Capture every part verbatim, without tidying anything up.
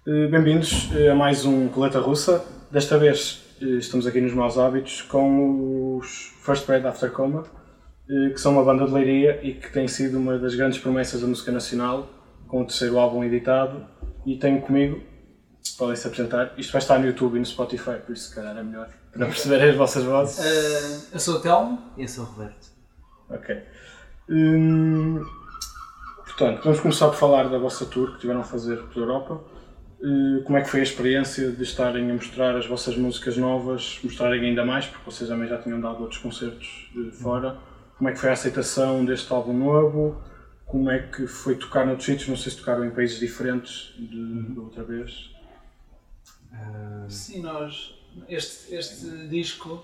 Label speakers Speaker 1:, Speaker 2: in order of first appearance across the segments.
Speaker 1: Bem-vindos a mais um Roleta Russa. Desta vez estamos aqui nos Maus Hábitos com os First Bread After Coma, que são uma banda de Leiria e que tem sido uma das grandes promessas da música nacional, com o terceiro álbum editado. E tenho comigo, podem se apresentar, isto vai estar no YouTube e no Spotify, por isso se calhar é melhor para perceber as vossas vozes.
Speaker 2: Uh, eu sou o Telmo.
Speaker 3: E eu sou o Roberto.
Speaker 1: Ok. Hum, portanto, vamos começar por falar da vossa tour que tiveram a fazer pela Europa. Uh, como é que foi a experiência de estarem a mostrar as vossas músicas novas, mostrarem ainda mais, porque vocês também já tinham dado outros concertos de fora. Como é que foi a aceitação deste álbum novo? Como é que foi tocar noutros sítios? Não sei se tocaram em países diferentes de, de outra vez.
Speaker 2: Uh... Sim, nós, este, este disco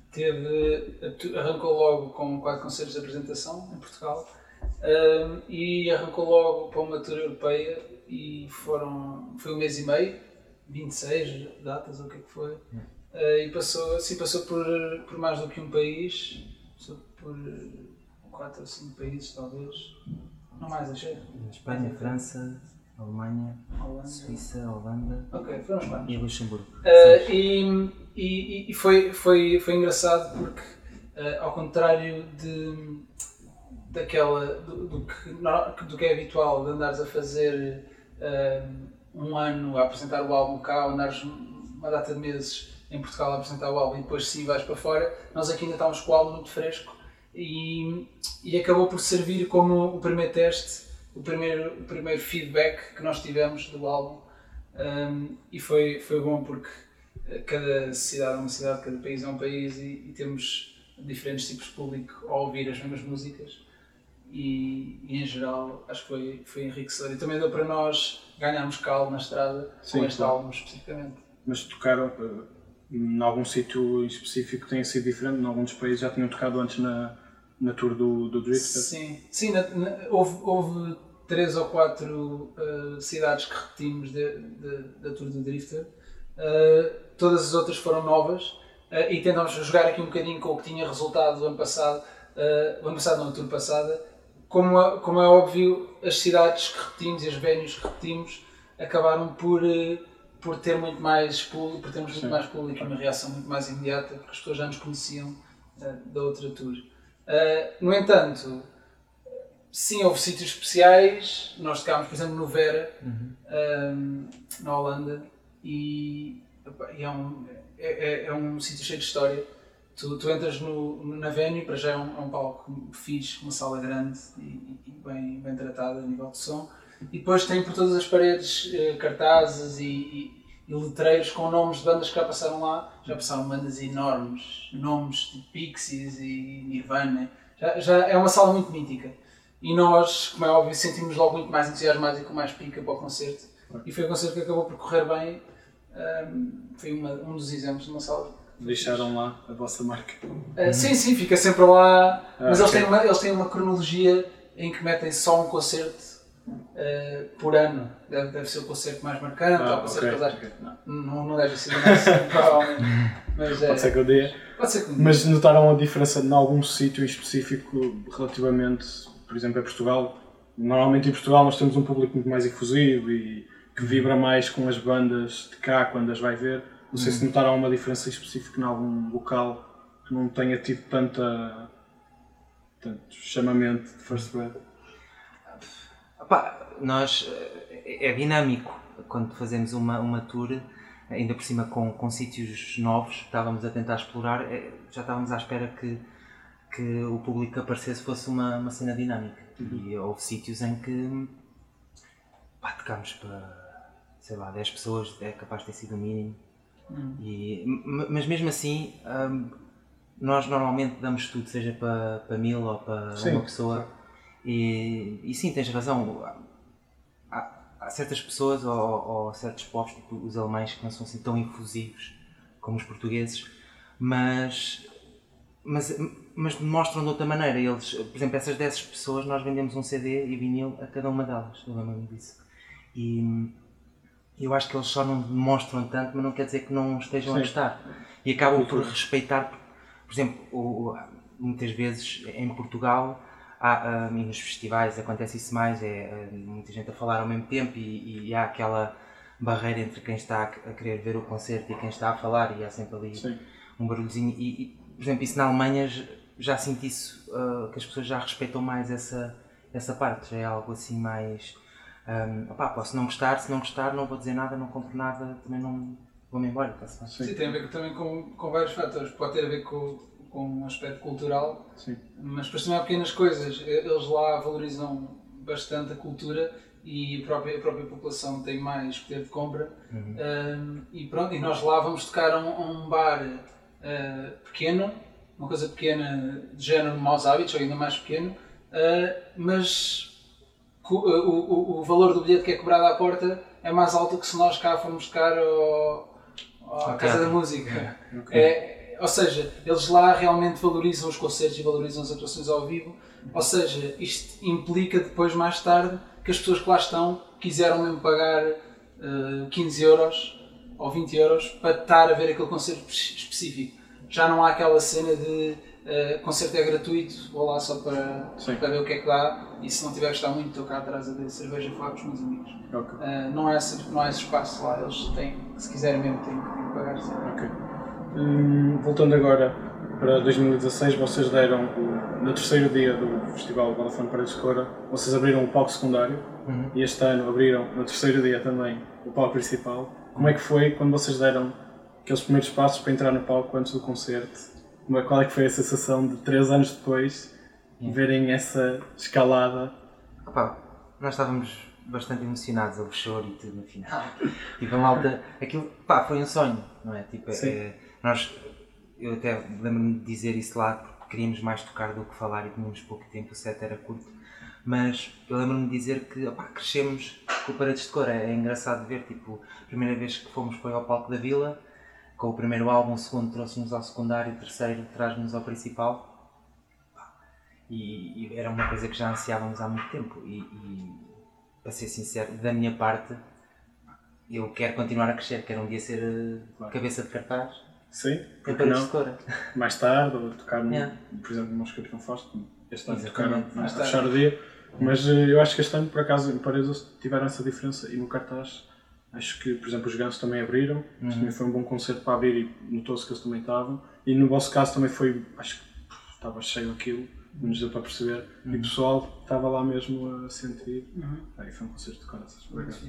Speaker 2: teve, arrancou logo com quatro concertos de apresentação em Portugal uh, e arrancou logo para uma tour europeia e foram, foi um mês e meio, vinte e seis datas ou o que é que foi, uh, e passou, assim, passou por, por mais do que um país, passou por quatro ou cinco países talvez, não mais, achei.
Speaker 3: Espanha, França, Alemanha,
Speaker 2: Holanda.
Speaker 3: Suíça, Holanda,
Speaker 2: ok, foram os quatro.
Speaker 3: E Luxemburgo.
Speaker 2: Uh, e e, e foi, foi, foi engraçado porque, uh, ao contrário de, daquela, do, do, que, do que é habitual de andares a fazer uh, um ano a apresentar o álbum cá, ou andares uma data de meses em Portugal a apresentar o álbum e depois sim vais para fora, nós aqui ainda estávamos com o álbum muito fresco e, e acabou por servir como o primeiro teste, o primeiro, o primeiro feedback que nós tivemos do álbum, um, e foi, foi bom porque cada cidade é uma cidade, cada país é um país e, e temos diferentes tipos de público a ouvir as mesmas músicas e, e em geral acho que foi, foi enriquecedor e também deu para nós ganharmos calo na estrada. Sim, com este claro. Álbum especificamente.
Speaker 1: Mas tocaram uh, em algum sítio específico que tenha sido diferente? Em algum dos países já tinham tocado antes na, na tour do, do Drifter?
Speaker 2: Sim, sim na, na, houve, houve três ou quatro uh, cidades que repetimos de, de, da tour do Drifter. Uh, todas as outras foram novas uh, e tentámos jogar aqui um bocadinho com o que tinha resultado do ano passado, uh, o ano passado não, a tour passada. Como, a, como é óbvio, as cidades que repetimos e as venues que repetimos acabaram por, uh, por ter muito mais público, por termos muito Sim. mais público e uma reação muito mais imediata, porque as pessoas já nos conheciam uh, da outra tour. Uh, no entanto, sim, houve sítios especiais. Nós tocámos, por exemplo, no Vera, uhum. um, na Holanda, e, e é um, é, é um sítio cheio de história. Tu, tu entras no, na venue, para já é um, é um palco fixe, uma sala grande e, e bem, bem tratada a nível de som, e depois tem por todas as paredes eh, cartazes e, e, e letreiros com nomes de bandas que já passaram lá. Já passaram bandas enormes, nomes de Pixies e Nirvana. Já, já é uma sala muito mítica. E nós, como é óbvio, sentimos logo muito mais entusiasmados e com mais pica para o concerto. E foi um concerto que acabou por correr bem. Um, foi uma, um dos exemplos de uma sala.
Speaker 1: Deixaram lá a vossa marca?
Speaker 2: Uh, sim, sim, fica sempre lá.
Speaker 1: Ah,
Speaker 2: mas
Speaker 1: okay.
Speaker 2: eles, têm uma, eles têm uma cronologia em que metem só um concerto uh, por ano. Deve, deve ser o concerto mais marcante, ah, ou o concerto okay. que eles acham. Não, não, não deve ser o nosso, provavelmente. Mas,
Speaker 1: pode
Speaker 2: é,
Speaker 1: ser que eu dê.
Speaker 2: Pode ser que eu dê.
Speaker 1: Mas notaram a diferença em algum sítio específico relativamente, por exemplo, a Portugal? Normalmente em Portugal nós temos um público muito mais efusivo e que vibra mais com as bandas de cá quando as vai ver. Não sei hum. se notaram uma diferença específica em algum local que não tenha tido tanta, tanto chamamento de First Bread.
Speaker 3: Opa, nós, é dinâmico quando fazemos uma, uma tour, ainda por cima com, com sítios novos que estávamos a tentar explorar, já estávamos à espera que, que o público que aparecesse fosse uma, uma cena dinâmica. Uhum. E houve sítios em que pá, tocámos para, sei lá, dez pessoas, é capaz de ter sido o mínimo. Hum. E, mas mesmo assim, um, nós normalmente damos tudo, seja para, para mil ou para sim, uma pessoa. E, e sim, tens razão. Há, há certas pessoas ou, ou certos povos, tipo os alemães, que não são assim tão infusivos como os portugueses, mas, mas, mas demonstram de outra maneira. Eles, por exemplo, essas dez pessoas, nós vendemos um C D e vinil a cada uma delas, eu lembro-me disso. E, eu acho que eles só não demonstram tanto, mas não quer dizer que não estejam Sim. a gostar. E acabam por respeitar, por exemplo, o, muitas vezes em Portugal, há, um, e nos festivais acontece isso mais, é, muita gente a falar ao mesmo tempo e, e há aquela barreira entre quem está a querer ver o concerto e quem está a falar, e há sempre ali Sim. um barulhozinho. E, e, por exemplo, isso na Alemanha já sinto isso, uh, que as pessoas já respeitam mais essa, essa parte, já é algo assim mais... Um, opá, posso não gostar, se não gostar não vou dizer nada, não compro nada, também não vou-me embora. Tá Sim.
Speaker 2: Sim, tem a ver também com, com vários fatores, pode ter a ver com, com um aspecto cultural,
Speaker 1: Sim.
Speaker 2: mas depois também há pequenas coisas, eles lá valorizam bastante a cultura e a própria, a própria população tem mais poder de compra.
Speaker 3: Uhum.
Speaker 2: Um, e pronto, e nós lá vamos tocar a um, a um bar uh, pequeno, uma coisa pequena de género Maus Hábitos, ou ainda mais pequeno, uh, mas o, o, o valor do bilhete que é cobrado à porta é mais alto que se nós cá formos tocar ao, à
Speaker 3: okay.
Speaker 2: Casa da Música.
Speaker 3: Okay.
Speaker 2: É, ou seja, eles lá realmente valorizam os concertos e valorizam as atuações ao vivo, ou seja, isto implica depois, mais tarde, que as pessoas que lá estão quiseram mesmo pagar uh, quinze euros ou vinte euros para estar a ver aquele concerto específico. Já não há aquela cena de uh, concerto é gratuito, vou lá só para, para ver o que é que dá, e se não tiver a gostar muito estou cá atrás a ver cerveja e falar com os meus amigos.
Speaker 1: Okay.
Speaker 2: Uh, não, há esse, não há esse espaço lá, eles têm, se quiserem mesmo, têm, têm que pagar sempre.
Speaker 1: Okay. Hum, voltando agora para dois mil e dezasseis, vocês deram, o, no terceiro dia do Festival Vodafone Paredes de Cora, vocês abriram o palco secundário
Speaker 3: uhum.
Speaker 1: e este ano abriram, no terceiro dia também, o palco principal. Como é que foi quando vocês deram aqueles primeiros passos para entrar no palco antes do concerto? Qual é que foi a sensação de três anos depois yeah. verem essa escalada?
Speaker 3: Opa, nós estávamos bastante emocionados, houve choro e tudo no final. Tipo, a malta, aquilo, pá, foi um sonho, não é? Tipo, é, nós, eu até lembro-me de dizer isso lá porque queríamos mais tocar do que falar e tínhamos pouco tempo, o set era curto. Mas eu lembro-me de dizer que opa, crescemos com o Paredes de Cora, é engraçado ver, tipo, a primeira vez que fomos foi ao palco da Vila, com o primeiro álbum, o segundo trouxe-nos ao secundário, o terceiro traz-nos ao principal. E, e era uma coisa que já ansiávamos há muito tempo e, e, para ser sincero, da minha parte, eu quero continuar a crescer, quero um dia ser claro. cabeça de cartaz.
Speaker 1: Sim,
Speaker 3: porque não?
Speaker 1: Mais tarde, ou tocar, no,
Speaker 3: yeah.
Speaker 1: por exemplo, no Mosquito Capitão Fausto, este ano
Speaker 3: tocaram
Speaker 1: a fechar o dia, mas eu acho que este ano, por acaso, em Paredes tiveram essa diferença e no cartaz, acho que, por exemplo, os Gansos também abriram, uhum. também foi um bom concerto para abrir e notou-se que eles também estavam, e no vosso caso também foi, acho que estava cheio aquilo, não nos deu para perceber, uhum. e o pessoal estava lá mesmo a sentir, uhum. aí foi um concerto de corações.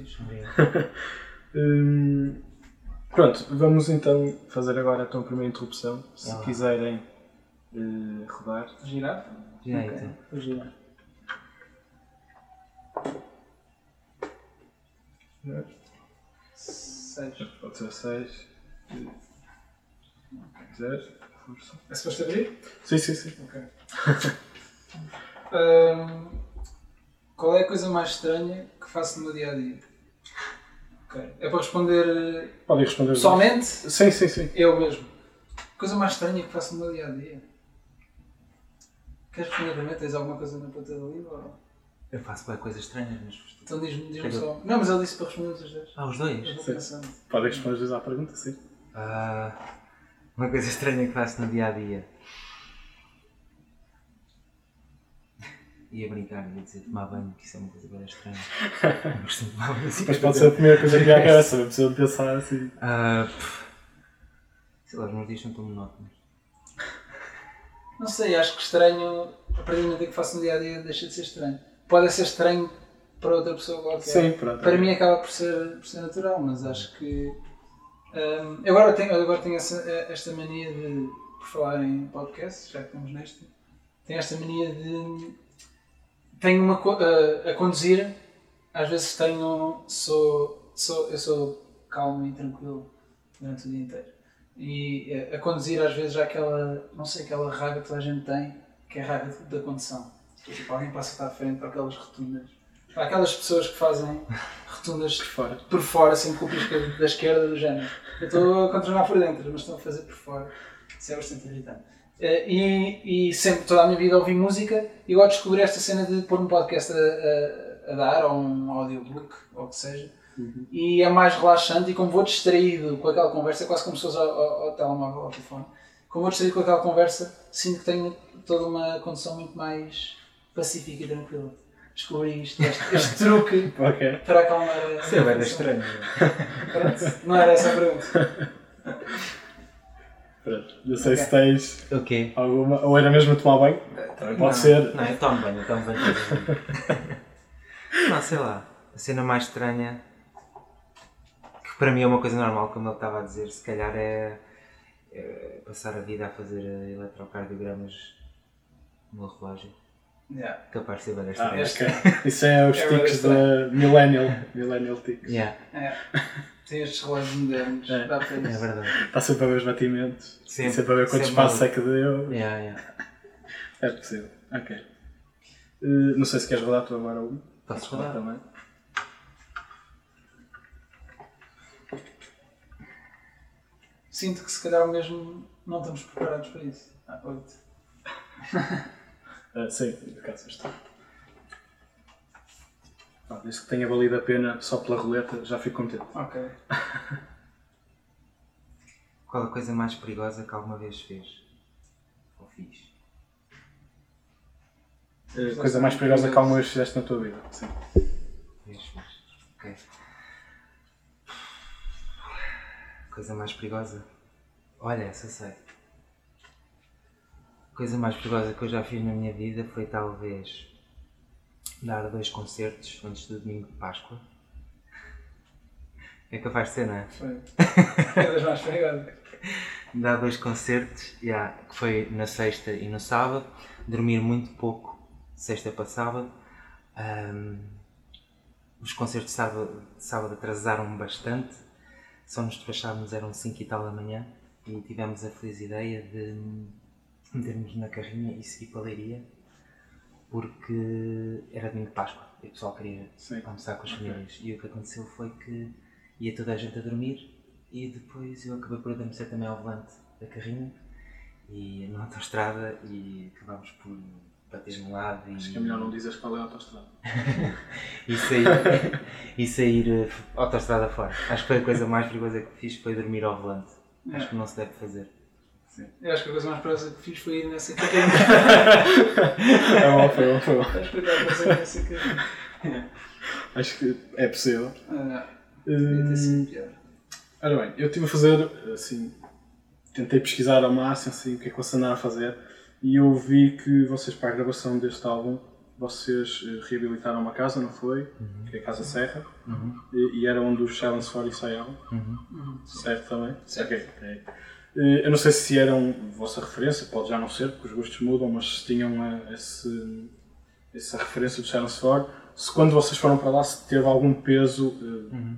Speaker 1: hum, Pronto, vamos então fazer agora então a primeira interrupção, se ah. quiserem uh, rodar.
Speaker 2: Girar?
Speaker 3: Girar,
Speaker 2: okay. Vou girar. seis.
Speaker 1: Pode ser seis. Se quiser, força.
Speaker 2: É suposto abrir?
Speaker 1: Sim, sim, sim.
Speaker 2: Ok. um, qual é a coisa mais estranha que faço no meu dia a dia? Okay. É para responder.
Speaker 1: Podem responder
Speaker 2: pessoalmente?
Speaker 1: Sim, sim, sim.
Speaker 2: Eu mesmo. A coisa mais estranha que faço no meu dia a dia? Queres responder primeiro? Tens alguma coisa na ponta do livro? Ou...
Speaker 3: Eu faço bem coisas estranhas, mas.
Speaker 2: Então diz-me diz só. Não, mas ele disse para responder os dois.
Speaker 3: Ah, os dois?
Speaker 1: Podem responder os dois à pergunta, sim.
Speaker 3: Uh, uma coisa estranha que faço no dia a dia. Ia brincar, ia dizer tomar banho, que isso é uma coisa bem estranha. Não costumo tomar banho assim.
Speaker 1: Mas pode ser a primeira coisa que vier à cabeça, não precisa pensar assim.
Speaker 3: Uh, sei lá, os meus dias são tão monótonos.
Speaker 2: Não sei, acho que estranho, a partir do momento em que faço no dia a dia, deixa de ser estranho. Pode ser estranho para outra pessoa qualquer.
Speaker 1: Sim, pronto.
Speaker 2: Para mim acaba por ser, por ser natural, mas acho que. Um, eu agora tenho, agora tenho essa, esta mania de, por falar em podcast, já que estamos neste, tenho esta mania de. Tenho uma. A, a conduzir, às vezes tenho. Sou, sou, eu sou calmo e tranquilo durante o dia inteiro. E a, a conduzir, às vezes, há aquela. Não sei, aquela raiva que toda a gente tem, que é a raiva da condução. Tipo, alguém passa à frente para aquelas rotundas. Há aquelas pessoas que fazem rotundas
Speaker 1: por fora,
Speaker 2: por fora sem culpas da esquerda do género. Eu estou a contornar por dentro, mas estou a fazer por fora. Isso é bastante irritante. E, e sempre, toda a minha vida, ouvi música e agora descobri esta cena de pôr um podcast a, a, a dar, ou um audiobook, ou o que seja. Uhum. E é mais relaxante e como vou distraído com aquela conversa, é quase como se fosse ao, ao, ao telemóvel, ao telefone. Como vou distraído com aquela conversa, sinto que tenho toda uma condição muito mais pacífica e tranquila. descobri isto, este, este truque
Speaker 1: Ok.
Speaker 2: para acalmar a...
Speaker 3: Isso é bem estranho.
Speaker 2: Pronto, não era essa a pergunta.
Speaker 1: Pronto. Não sei
Speaker 2: Ok.
Speaker 1: se tens
Speaker 3: O quê?
Speaker 1: alguma. Ou era mesmo a tomar banho? Também pode
Speaker 3: não,
Speaker 1: ser.
Speaker 3: Não, eu tomo banho, eu tomo banho. Não, sei lá. A cena mais estranha, que para mim é uma coisa normal, como ele estava a dizer, se calhar é, é passar a vida a fazer eletrocardiogramas no relógio.
Speaker 2: Yeah.
Speaker 3: Capaz de ser bem
Speaker 1: Ah,
Speaker 3: estranho.
Speaker 2: Este-
Speaker 1: ok. Isso é os
Speaker 2: É
Speaker 1: tics
Speaker 2: bem
Speaker 1: da Millennial. Millennial tics.
Speaker 3: Yeah,
Speaker 2: É. Tem estes relógios modernos,
Speaker 1: É.
Speaker 2: dá para
Speaker 3: é
Speaker 2: isso.
Speaker 3: verdade.
Speaker 1: Está sempre a ver os batimentos.
Speaker 3: Sempre,
Speaker 1: sempre a ver quantos
Speaker 3: sempre
Speaker 1: passos é que deu.
Speaker 3: Yeah, yeah.
Speaker 1: É possível. Ok. Uh, não sei se queres rodar tu agora um.
Speaker 3: Posso rodar?
Speaker 1: Também.
Speaker 2: Sinto que se calhar mesmo não estamos preparados para isso. Ah, oito.
Speaker 1: Uh, sim, de caso está. Ah, desde que tenha valido a pena só pela roleta, já fico contente.
Speaker 2: Ok.
Speaker 3: Qual a coisa mais perigosa que alguma vez fez? Ou fiz?
Speaker 1: Uh, coisa mais perigosa que alguma vez fizeste na tua vida. Sim.
Speaker 3: Fez, fez. Ok. Coisa mais perigosa? Olha, essa sei. A coisa mais perigosa que eu já fiz na minha vida foi talvez dar dois concertos antes do domingo de Páscoa. É capaz de ser, não é?
Speaker 2: Foi. É das mais perigosas.
Speaker 3: Dar dois concertos, yeah, que foi na sexta e no sábado. Dormir muito pouco, sexta para sábado. Um, os concertos de sábado, de sábado atrasaram-me bastante. Só nos despachámos, eram cinco e tal da manhã. E tivemos a feliz ideia de metermos na carrinha e seguir para a Leiria. Porque era domingo de Páscoa e o pessoal queria
Speaker 1: Sim.
Speaker 3: almoçar com as
Speaker 1: Ok.
Speaker 3: famílias. E o que aconteceu foi que ia toda a gente a dormir e depois eu acabei por adormecer também ao volante da carrinha e na autoestrada e acabámos por bater no lado e,
Speaker 1: Acho que é melhor não dizeres qual é a autostrada.
Speaker 3: e sair, e sair uh, autoestrada fora. Acho que foi a coisa mais perigosa que fiz, foi dormir ao volante.
Speaker 2: É.
Speaker 3: Acho que não se deve fazer.
Speaker 2: Eu acho que a coisa mais perigosa que fiz foi ir nessa carrinha.
Speaker 1: É bom, foi bom, foi bom.
Speaker 2: Acho que eu passei nessa carrinha.
Speaker 1: Acho que é possível.
Speaker 2: Ah, devia ter sido pior.
Speaker 1: Ora bem, eu estive a fazer, assim, tentei pesquisar ao máximo, assim, o que é que vocês andaram a fazer e eu vi que vocês, para a gravação deste álbum, vocês eh, reabilitaram uma casa, não foi?
Speaker 3: Uhum.
Speaker 1: Que é a Casa Serra,
Speaker 3: Uhum.
Speaker 1: e, e era onde os Silence four ensaiavam,
Speaker 3: Uhum.
Speaker 1: certo também?
Speaker 2: Certo.
Speaker 1: Ok, ok. Eh, Eu não sei se eram vossa referência, pode já não ser, porque os gostos mudam, mas se tinham eh, esse, essa referência do Silence four, se quando vocês foram para lá se teve algum peso eh,
Speaker 3: Uhum.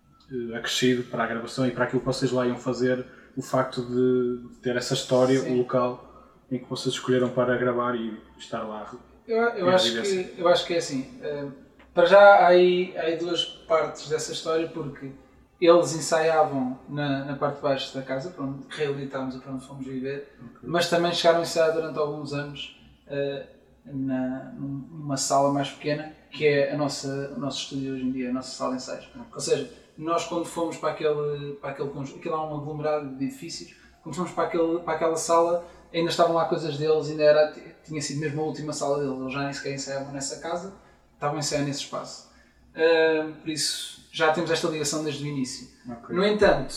Speaker 1: eh, acrescido para a gravação e para aquilo que vocês lá iam fazer, o facto de ter essa história,
Speaker 2: Sim.
Speaker 1: o local em que vocês escolheram para gravar e estar lá.
Speaker 2: Eu, eu,
Speaker 1: É
Speaker 2: acho
Speaker 1: diverso.
Speaker 2: que, eu acho que é assim. eh, para já há aí, há aí duas partes dessa história, porque eles ensaiavam na, na parte de baixo da casa, para onde reabilitámos e para onde fomos viver, mas também chegaram a ensaiar durante alguns anos eh, na, numa sala mais pequena, que é a nossa, o nosso estúdio hoje em dia, a nossa sala de ensaios. Ou seja, nós quando fomos para aquele, para aquele conjunto, aquilo é um aglomerado de edifícios, quando fomos para, aquele, para aquela sala, ainda estavam lá coisas deles, ainda era, tinha sido mesmo a última sala deles, eles já nem sequer ensaiavam nessa casa, estavam a ensaiar nesse espaço. Uh, por isso, já temos esta ligação desde o início.
Speaker 1: Okay.
Speaker 2: No entanto,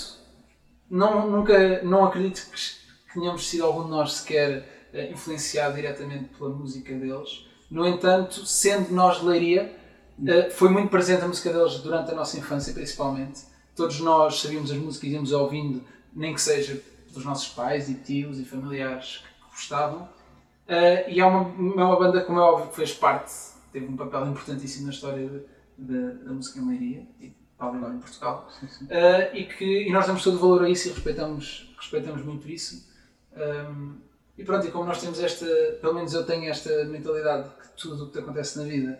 Speaker 2: não, nunca, não acredito que, que tenhamos sido algum de nós sequer uh, influenciado diretamente pela música deles. No entanto, sendo nós de Leiria, uh, foi muito presente a música deles durante a nossa infância, principalmente. Todos nós sabíamos as músicas e íamos ouvindo, nem que seja dos nossos pais e tios e familiares que gostavam. Uh, e é uma, é uma banda, como é óbvio, que fez parte, teve um papel importantíssimo na história de, de, da música em Leiria e provavelmente em Portugal.
Speaker 1: Sim, sim.
Speaker 2: Uh, e, que, e nós damos todo o valor a isso e respeitamos, respeitamos muito isso. Um, e pronto, e como nós temos esta, pelo menos eu tenho esta mentalidade que tudo o que te acontece na vida,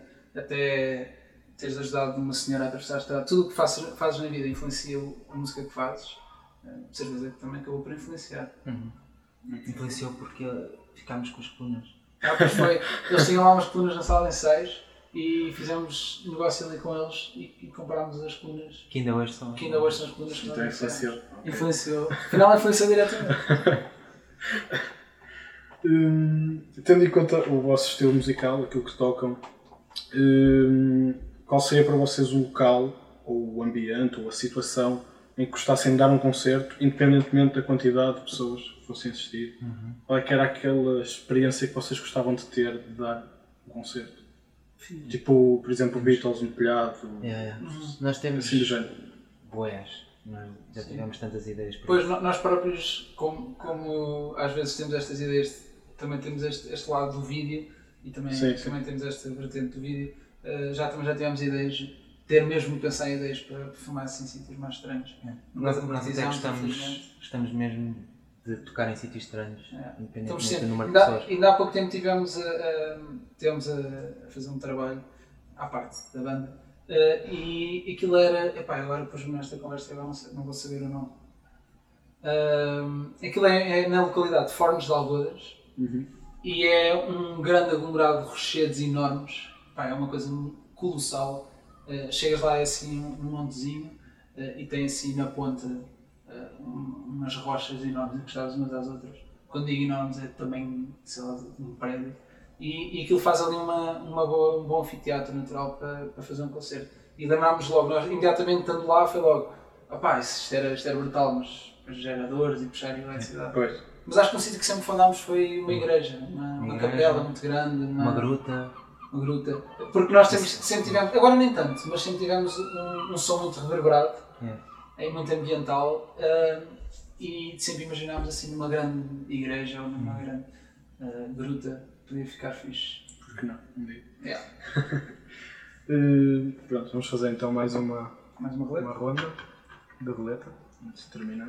Speaker 2: até teres ajudado uma senhora a atravessar a estrada, tudo o que fazes, fazes na vida influencia a música que fazes, uh, de certeza que também acabou por influenciar.
Speaker 3: Uhum. Influenciou porque ficámos com as colunas.
Speaker 2: Ah, pois foi. Eles tinham lá umas colunas na sala de ensaios e fizemos negócio ali com eles e, e comprámos as colunas.
Speaker 3: Que ainda hoje são.
Speaker 2: Que ainda hoje são as colunas que nós
Speaker 1: Então
Speaker 2: ensaiamos.
Speaker 1: influenciou. Ok.
Speaker 2: Influenciou. Afinal, influenciou diretamente.
Speaker 1: Hum, tendo em conta o vosso estilo musical, aquilo que tocam, hum, qual seria para vocês o local, ou o ambiente, ou a situação em que gostassem de dar um concerto, independentemente da quantidade de pessoas que fossem assistir?
Speaker 3: Uhum.
Speaker 1: Qual é que era aquela experiência que vocês gostavam de ter de dar um concerto?
Speaker 2: Sim.
Speaker 1: Tipo, por exemplo, Beatles no telhado,
Speaker 3: Yeah, yeah.
Speaker 2: Uhum.
Speaker 3: Nós temos
Speaker 1: assim do género.
Speaker 3: boés, nós já tivemos tantas ideias para
Speaker 2: Pois
Speaker 3: isso.
Speaker 2: no- nós próprios, como, como às vezes temos estas ideias, também temos este, este lado do vídeo e também,
Speaker 1: Sim, sim.
Speaker 2: também temos esta vertente do vídeo, uh, já, também já tivemos ideias, ter mesmo que pensar em ideias para filmar assim em sítios mais estranhos.
Speaker 3: É.
Speaker 2: Nunca
Speaker 3: Nós, nós até
Speaker 2: concretizamos,
Speaker 3: gostamos,
Speaker 2: infelizmente.
Speaker 3: gostamos mesmo de tocar em sítios estranhos,
Speaker 2: É. Estamos
Speaker 3: independentemente
Speaker 2: sempre.
Speaker 3: do número de
Speaker 2: Ainda,
Speaker 3: pessoas.
Speaker 2: ainda há pouco tempo tivemos a, a, tivemos a fazer um trabalho à parte da banda uh, e aquilo era. Epá, agora pus-me nesta conversa, agora não, sei, não vou saber o nome. Uh, aquilo é, é na localidade de Fornos de Algodas
Speaker 1: Uhum.
Speaker 2: e é um grande aglomerado de rochedos enormes. Epá, é uma coisa colossal. Uh, chegas lá é assim um, um montezinho uh, e tem assim na ponta uh, um, umas rochas enormes encostadas umas às outras. Quando digo enormes é também, sei lá, de um prédio. E, e aquilo faz ali uma, uma boa, um bom anfiteatro natural para, para fazer um concerto. E lembrámos logo, nós imediatamente estando lá foi logo, opá, isto era, isto era brutal, mas os geradores e puxar eletricidade.
Speaker 1: Pois.
Speaker 2: Mas acho que um sítio que sempre falámos foi uma igreja, uma, uma
Speaker 3: Igreja.
Speaker 2: capela muito grande, uma,
Speaker 3: Uma gruta.
Speaker 2: uma gruta. Porque nós temos, sempre tivemos, agora nem tanto, mas sempre tivemos um, um som muito reverberado,
Speaker 3: É.
Speaker 2: é muito ambiental, uh, e sempre imaginámos assim numa grande igreja ou numa
Speaker 3: Hum.
Speaker 2: grande uh, gruta, podia ficar fixe.
Speaker 1: Por que não? Um dia.
Speaker 2: Yeah.
Speaker 1: Uh, pronto, vamos fazer então mais uma,
Speaker 2: Mais uma roleta?
Speaker 1: uma ronda de roleta, antes de terminar.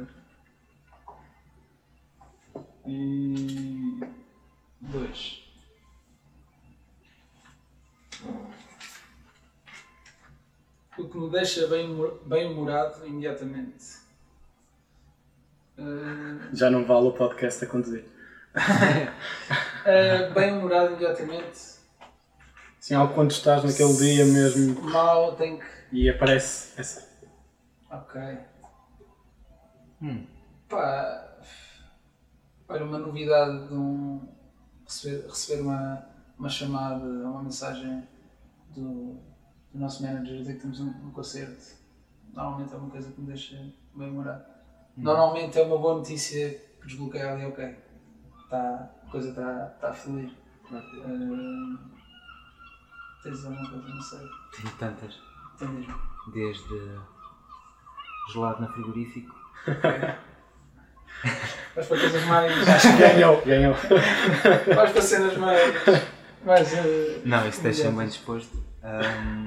Speaker 2: E dois. O que me deixa bem, bem humorado imediatamente. Uh,
Speaker 1: Já não vale o podcast a conduzir.
Speaker 2: uh, bem humorado imediatamente.
Speaker 1: Sim, algo quando estás naquele dia mesmo
Speaker 2: Mal tem que.
Speaker 1: e aparece essa.
Speaker 2: Ok.
Speaker 3: Hum.
Speaker 2: Pá. Olha, uma novidade de um. Receber, receber uma, uma chamada, uma mensagem do, do nosso manager dizer que temos um, um concerto. Normalmente é uma coisa que me deixa bem humorado.
Speaker 3: Hum.
Speaker 2: Normalmente é uma boa notícia que desbloqueia ali, ok. Tá, a coisa está tá a fluir. Uh, tens alguma coisa, não sei.
Speaker 3: Tenho tantas.
Speaker 2: Tem mesmo.
Speaker 3: Desde gelado na frigorífico.
Speaker 2: Vais para coisas mais.
Speaker 1: Acho que ganhou, ganhou.
Speaker 2: Vais para cenas mais. mais uh,
Speaker 3: Não, isso deixa-me bem
Speaker 2: imediatas.
Speaker 3: disposto. Ahm,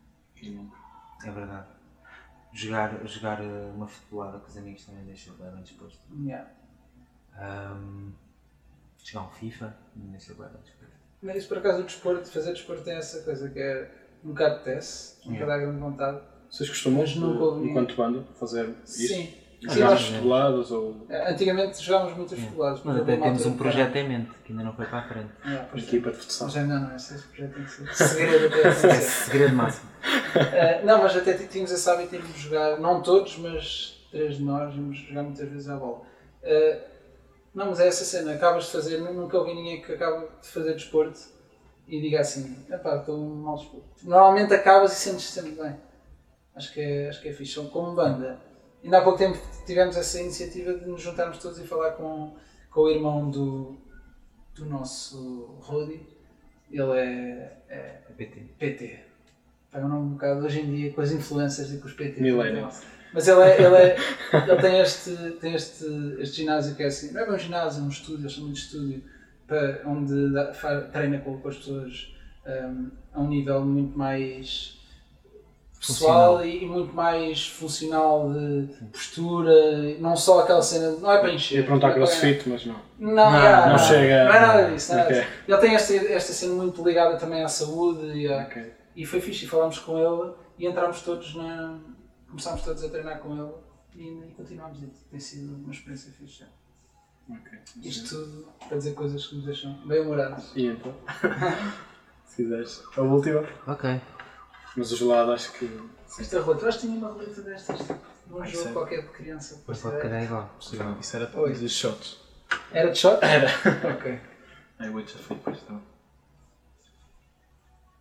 Speaker 3: é verdade. Jogar, jogar eh, uma futebolada com os amigos também deixa bem, bem disposto.
Speaker 2: Yeah.
Speaker 3: Ahm, jogar um FIFA me deixa bem, bem disposto.
Speaker 2: Mas isso por acaso o desporto, fazer desporto tem essa coisa que é nunca apetece, nunca
Speaker 3: Yeah.
Speaker 2: dá grande vontade.
Speaker 1: Vocês costumam,
Speaker 2: Mas nunca ouvi.
Speaker 1: enquanto banda, fazer isto?
Speaker 2: Sim. Sim,
Speaker 1: Jogar
Speaker 2: nós,
Speaker 1: futeboladas ou
Speaker 2: antigamente jogávamos muitas
Speaker 3: Yeah.
Speaker 2: futeboladas.
Speaker 3: Mas até temos um projeto em mente que ainda não foi para a frente.
Speaker 2: Yeah, pois é.
Speaker 1: equipa de futsal?
Speaker 2: Mas ainda não, esse projeto tem que ser segredo até
Speaker 3: É
Speaker 2: acontecer.
Speaker 3: segredo máximo.
Speaker 2: Uh, não, mas até tínhamos esse hábito de irmos jogar, não todos, mas três de nós íamos jogar muitas vezes à bola. Uh, não, mas é essa cena, acabas de fazer, nunca ouvi ninguém que acaba de fazer desporto e diga assim, epá, estou mal desporto. Normalmente acabas e sentes-te sempre bem. Acho que é, acho que é fixe. Como banda, ainda há pouco tempo tivemos essa iniciativa de nos juntarmos todos e falar com, com o irmão do, do nosso Rodi. Ele é, é
Speaker 3: É P T.
Speaker 2: P T. É um nome um bocado hoje em dia com as influências e com os P T.
Speaker 1: Millennials.
Speaker 2: Mas ele, é, ele, é, ele tem, este, tem este, este ginásio que é assim, não é bem um ginásio, é um estúdio, eles chamam de estúdio, para, onde dá, fa, treina com, com as pessoas um, a um nível muito mais pessoal e, e muito mais funcional de postura, não só aquela cena, não é para encher.
Speaker 1: Ia perguntar
Speaker 2: não é
Speaker 1: crossfit, mas não.
Speaker 2: Não,
Speaker 3: Não,
Speaker 2: yeah,
Speaker 1: não
Speaker 2: não,
Speaker 1: chega-
Speaker 2: não é nada disso. Não é nada
Speaker 1: Ok.
Speaker 2: disso. Ele tem esta, esta cena muito ligada também à saúde e, a,
Speaker 1: Ok.
Speaker 2: e foi fixe. E falámos com ele e entramos todos na. Começámos todos a treinar com ele e, e continuámos. E tem sido uma experiência fixe.
Speaker 1: Ok.
Speaker 2: Isto tudo para dizer coisas que nos deixam bem humorados.
Speaker 1: E então? Se quiseres. A última.
Speaker 3: Ok.
Speaker 1: Mas o gelado acho que. sim.
Speaker 2: Esta roleta, eu acho que tinha uma roleta destas, num
Speaker 1: Ah,
Speaker 2: jogo
Speaker 1: sério?
Speaker 2: qualquer de criança.
Speaker 3: Depois pode calhar igual.
Speaker 1: Não, isso era
Speaker 2: Oi.
Speaker 1: de shots.
Speaker 2: Era de shot?
Speaker 1: Era.
Speaker 2: Ok.
Speaker 1: Ai, o já foi depois também.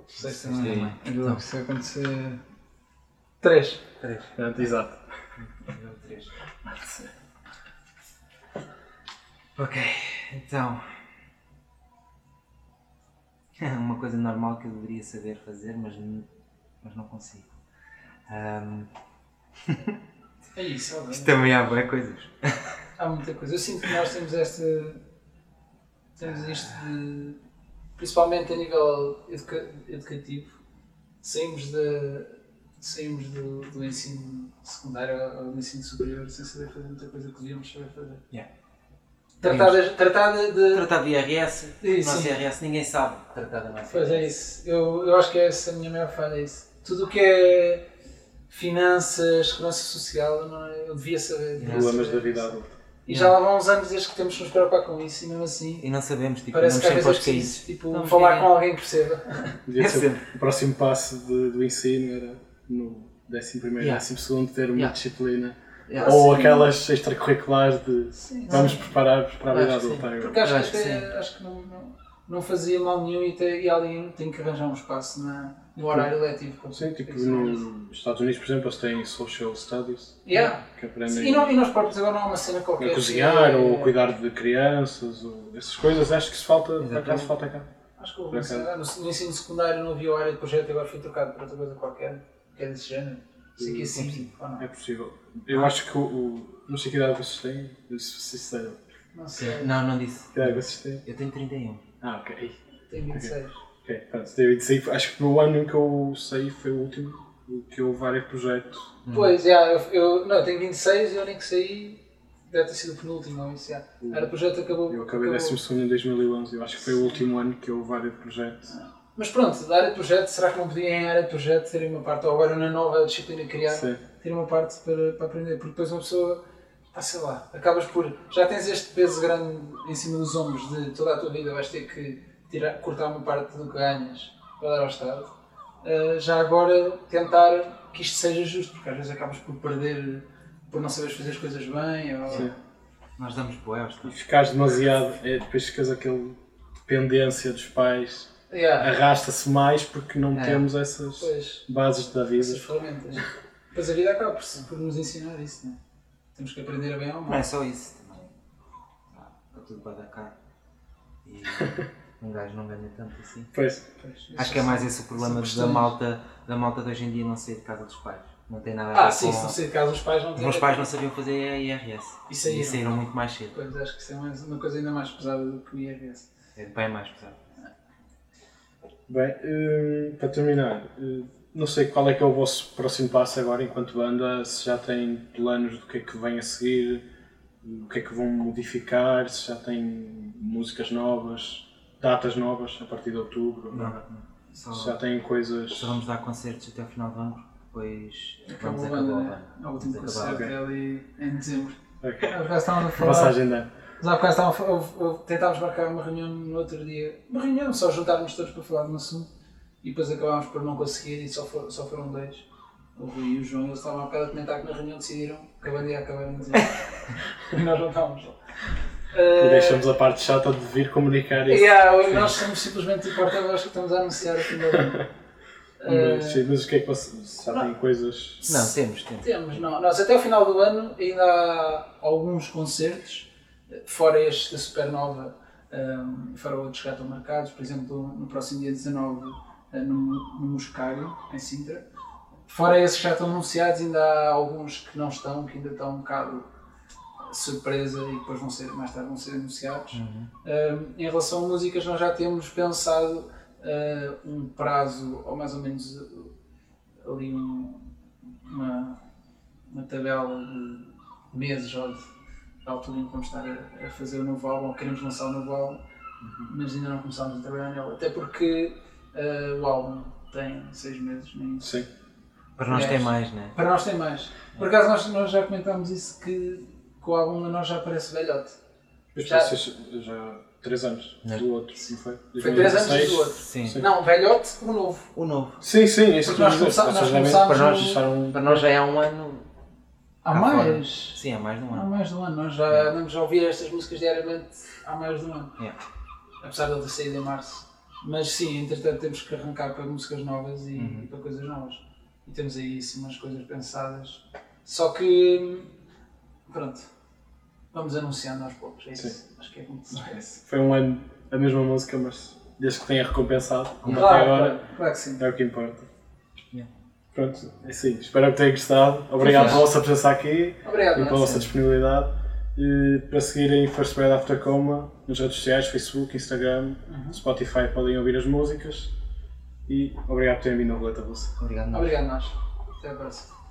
Speaker 2: Sexta
Speaker 3: Sexta
Speaker 2: também.
Speaker 3: também.
Speaker 2: Então,
Speaker 3: Então.
Speaker 2: se acontecer. Três.
Speaker 3: Três.
Speaker 1: Pronto, exato.
Speaker 3: Eu três. Ok, então. Uma coisa normal que eu deveria saber fazer, mas, n- mas não consigo. Ahm,
Speaker 2: É isso, ó,
Speaker 3: isto também há boas coisas.
Speaker 2: há muita coisa. Eu sinto que nós temos esta. Temos isto de. Principalmente a nível educa- educativo, saímos, de, saímos do, do ensino secundário ao do ensino superior sem saber fazer muita coisa que devíamos saber fazer.
Speaker 3: Yeah.
Speaker 2: Tratar, de, tratar de, de-
Speaker 3: Tratar de I R S,
Speaker 2: Isso,
Speaker 3: nosso
Speaker 2: sim.
Speaker 3: I R S, ninguém sabe tratar da nossa
Speaker 2: Pois
Speaker 3: I
Speaker 2: é
Speaker 3: R S.
Speaker 2: isso. Eu, eu acho que é essa a minha maior falha, é isso. Tudo o que é finanças, segurança social, eu, não, eu devia saber. devia
Speaker 1: Problemas
Speaker 2: saber.
Speaker 1: da vida adulta.
Speaker 2: E já lá vão uns anos desde que temos que nos preocupar com isso e mesmo assim
Speaker 3: E não sabemos, tipo,
Speaker 2: parece
Speaker 3: vamos
Speaker 2: que às
Speaker 3: sempre
Speaker 2: vezes é
Speaker 3: aos
Speaker 2: preciso
Speaker 3: caídos.
Speaker 2: tipo,
Speaker 3: Vamos
Speaker 2: falar
Speaker 3: ganhar.
Speaker 2: com alguém que perceba.
Speaker 1: Devia
Speaker 3: É
Speaker 1: ser
Speaker 3: sempre.
Speaker 1: o próximo passo de- do ensino era no décimo primeiro,
Speaker 3: Yeah.
Speaker 1: décimo segundo ter uma
Speaker 3: Yeah.
Speaker 1: disciplina.
Speaker 3: Yeah.
Speaker 1: Ou
Speaker 2: sim.
Speaker 1: aquelas extracurriculares de
Speaker 2: Sim,
Speaker 1: vamos
Speaker 2: sim.
Speaker 1: preparar-vos para a
Speaker 3: Eu
Speaker 1: vida
Speaker 3: acho que
Speaker 1: adulta. agora.
Speaker 2: Porque acho,
Speaker 3: Eu
Speaker 2: que
Speaker 3: acho que
Speaker 2: até- acho que não, não, não fazia mal nenhum e, te, e ali tem que arranjar um espaço na, no horário letivo. para-
Speaker 1: Sim, tipo
Speaker 2: para isso.
Speaker 1: nos Estados Unidos, por exemplo, eles têm Social Studies,
Speaker 2: Yeah.
Speaker 1: que aprendem
Speaker 2: E, não, e nós próprios agora não há uma cena qualquer.
Speaker 1: a cozinhar
Speaker 2: que é-
Speaker 1: ou cuidar de crianças, ou essas coisas. Acho que se falta, por
Speaker 3: Exatamente.
Speaker 1: acaso falta cá.
Speaker 2: Acho que houve
Speaker 1: Por
Speaker 2: uma cena. No, no ensino secundário não havia o área de projeto e agora foi trocado por outra coisa qualquer, que é desse género. Sei que é assim, ou não?
Speaker 1: É possível. Eu acho que o. o não sei que idade vocês têm, eu se se sei.
Speaker 2: Não sei.
Speaker 3: Não, não disse.
Speaker 1: Que idade vocês têm?
Speaker 3: Eu tenho trinta e um.
Speaker 1: Ah, ok.
Speaker 2: Tenho vinte e seis.
Speaker 1: Ok, pronto, tenho vinte e seis. Acho que no ano em que eu saí foi o último, que houve vários projetos.
Speaker 2: Pois, já, eu, eu, não, eu tenho vinte e seis e eu nem que saí, deve ter sido o penúltimo, ou isso, já. Era o projeto acabou.
Speaker 1: Eu acabei
Speaker 2: acabou.
Speaker 1: décimo segundo em dois mil e onze, eu acho que foi o último ano que houve vários projetos.
Speaker 2: Mas pronto, da área de projeto, será que não podia em área de projeto terem uma parte, ou agora na nova disciplina criada,
Speaker 1: Sim.
Speaker 2: ter uma parte para, para aprender? Porque depois uma pessoa, pá, sei lá, acabas por. Já tens este peso grande em cima dos ombros de toda a tua vida, vais ter que tirar, cortar uma parte do que ganhas para dar ao Estado. Uh, já agora tentar que isto seja justo, porque às vezes acabas por perder, por não saberes fazer as coisas bem. Ou...
Speaker 1: Sim.
Speaker 3: Nós damos poemas.
Speaker 1: E ficares demasiado, é, depois ficas aquele dependência dos pais,
Speaker 2: Yeah.
Speaker 1: arrasta-se mais porque não
Speaker 3: É.
Speaker 1: temos essas
Speaker 2: Pois,
Speaker 1: bases da vida.
Speaker 2: essas ferramentas. Depois a vida acaba por, por nos ensinar isso, não é? Temos que aprender a bem ou
Speaker 3: Não
Speaker 2: mal.
Speaker 3: é só isso também. Ah, Está tudo para dar cá. E um gajo não ganha tanto assim.
Speaker 1: Pois.
Speaker 2: Pois,
Speaker 3: Acho que é mais esse o problema
Speaker 2: São
Speaker 3: da
Speaker 2: questões.
Speaker 3: malta, da malta de hoje em dia não sair de casa dos pais. Não tem nada a ver
Speaker 2: Ah, sim,
Speaker 3: com...
Speaker 2: se não sei de casa, os pais não
Speaker 3: Os
Speaker 2: têm.
Speaker 3: meus pais não sabiam fazer I R S.
Speaker 2: Isso aí
Speaker 3: E
Speaker 2: não.
Speaker 3: saíram muito mais cedo.
Speaker 2: Pois, acho que isso é mais, uma coisa ainda mais pesada do que o I R S.
Speaker 3: É bem mais pesado.
Speaker 1: Bem, hum, para terminar, hum, não sei qual é que é o vosso próximo passo agora enquanto banda, se já têm planos do que é que vem a seguir, o que é que vão modificar, se já têm músicas novas, datas novas a partir de outubro,
Speaker 3: Não, não. Só,
Speaker 1: se já têm coisas...
Speaker 3: só vamos dar concertos até o final do ano, depois
Speaker 2: Acabou
Speaker 3: vamos
Speaker 2: a
Speaker 3: acabar o
Speaker 2: banda,
Speaker 3: ano.
Speaker 2: né? O último
Speaker 3: Vamos acabar.
Speaker 2: concerto é ali em dezembro.
Speaker 1: Ok.
Speaker 2: Há bocado estávamos a falar.
Speaker 1: Vossa agenda.
Speaker 2: Mas há bocado estávamos a falar- houve- houve- tentámos marcar uma reunião no outro dia. Uma reunião, só juntarmos todos para falar de um assunto. E depois acabámos por não conseguir e só, for, só foram dois. O Rui e o João, eles estavam há bocado a comentar que na reunião decidiram que a banda ia acabar em dezembro. E nós não estávamos lá.
Speaker 1: E deixamos a parte chata de vir comunicar isso.
Speaker 2: Yeah, nós somos simplesmente o porta-voz que estamos a anunciar aqui na banda.
Speaker 1: Mas,
Speaker 2: Eh,
Speaker 1: sim, mas o que é que vocês já têm coisas...
Speaker 3: Não, temos, temos.
Speaker 2: Temos, não. Nós até ao final do ano ainda há alguns concertos, fora este da Supernova, um, fora outros que já estão marcados, por exemplo, no próximo dia dezanove uh, no, no Muscário, em Sintra. Fora esses que já estão anunciados, ainda há alguns que não estão, que ainda estão um bocado surpresa e depois vão ser, mais tarde vão ser anunciados.
Speaker 3: Uhum.
Speaker 2: Um, em relação a músicas, nós já temos pensado uh, um prazo, ou mais ou menos uh, ali um, uma, uma tabela de meses ou de altura em que vamos estar a, a fazer o novo álbum, ou queremos lançar o novo álbum, mas ainda não começámos a trabalhar nele, até porque uh, o álbum tem seis meses, nem isso.
Speaker 1: Sim.
Speaker 3: Para nós
Speaker 2: Aliás,
Speaker 3: tem mais, não é?
Speaker 2: Para nós tem mais. Por acaso nós, nós já comentámos isso, que, que o álbum a nós já parece velhote.
Speaker 1: Mas
Speaker 2: Já-
Speaker 1: vocês já há três anos
Speaker 3: Não.
Speaker 1: do outro, não foi?
Speaker 2: Foi três anos
Speaker 1: dois mil e dezesseis.
Speaker 2: do outro.
Speaker 3: Sim.
Speaker 1: Sim.
Speaker 2: Não, velhote, o novo.
Speaker 3: O novo.
Speaker 1: Sim, sim, é isso
Speaker 2: Porque
Speaker 1: que eu
Speaker 2: nós
Speaker 1: estou a dizer.
Speaker 2: começámos-
Speaker 1: Vocês
Speaker 2: nós
Speaker 1: devem-
Speaker 2: começámos
Speaker 1: para nós
Speaker 2: no-
Speaker 1: deixaram...
Speaker 3: Para nós já é um ano.
Speaker 2: Há
Speaker 3: cá fora.
Speaker 2: mais.
Speaker 3: Sim, há mais de um
Speaker 2: Há
Speaker 3: ano.
Speaker 2: mais de um ano. Nós já andamos a ouvir estas músicas diariamente há mais de um ano.
Speaker 3: Yeah.
Speaker 2: Apesar de ele ter saído em março. Mas sim, entretanto temos que arrancar para músicas novas e,
Speaker 3: Uhum.
Speaker 2: e para coisas novas. E temos aí assim, umas coisas pensadas. Só que, pronto, vamos anunciando aos poucos, é isso.
Speaker 1: Sim.
Speaker 2: Acho que é como se esquece.
Speaker 1: Foi um ano a mesma música, mas desde que tenha recompensado, como
Speaker 2: Claro,
Speaker 1: até agora,
Speaker 2: claro, claro que sim.
Speaker 1: é o que importa.
Speaker 3: Yeah.
Speaker 1: Pronto, é assim. Espero que tenham gostado. Obrigado
Speaker 2: Sim.
Speaker 1: pela vossa presença aqui
Speaker 2: Obrigado,
Speaker 1: e pela vossa
Speaker 2: Marcelo.
Speaker 1: disponibilidade. E para seguirem First Bad After Coma nas redes sociais, Facebook, Instagram,
Speaker 2: Uhum.
Speaker 1: Spotify, podem ouvir as músicas. E obrigado por terem vindo ao Roleta Russa.
Speaker 3: Obrigado. nós.
Speaker 2: Obrigado, nós. Até a próxima.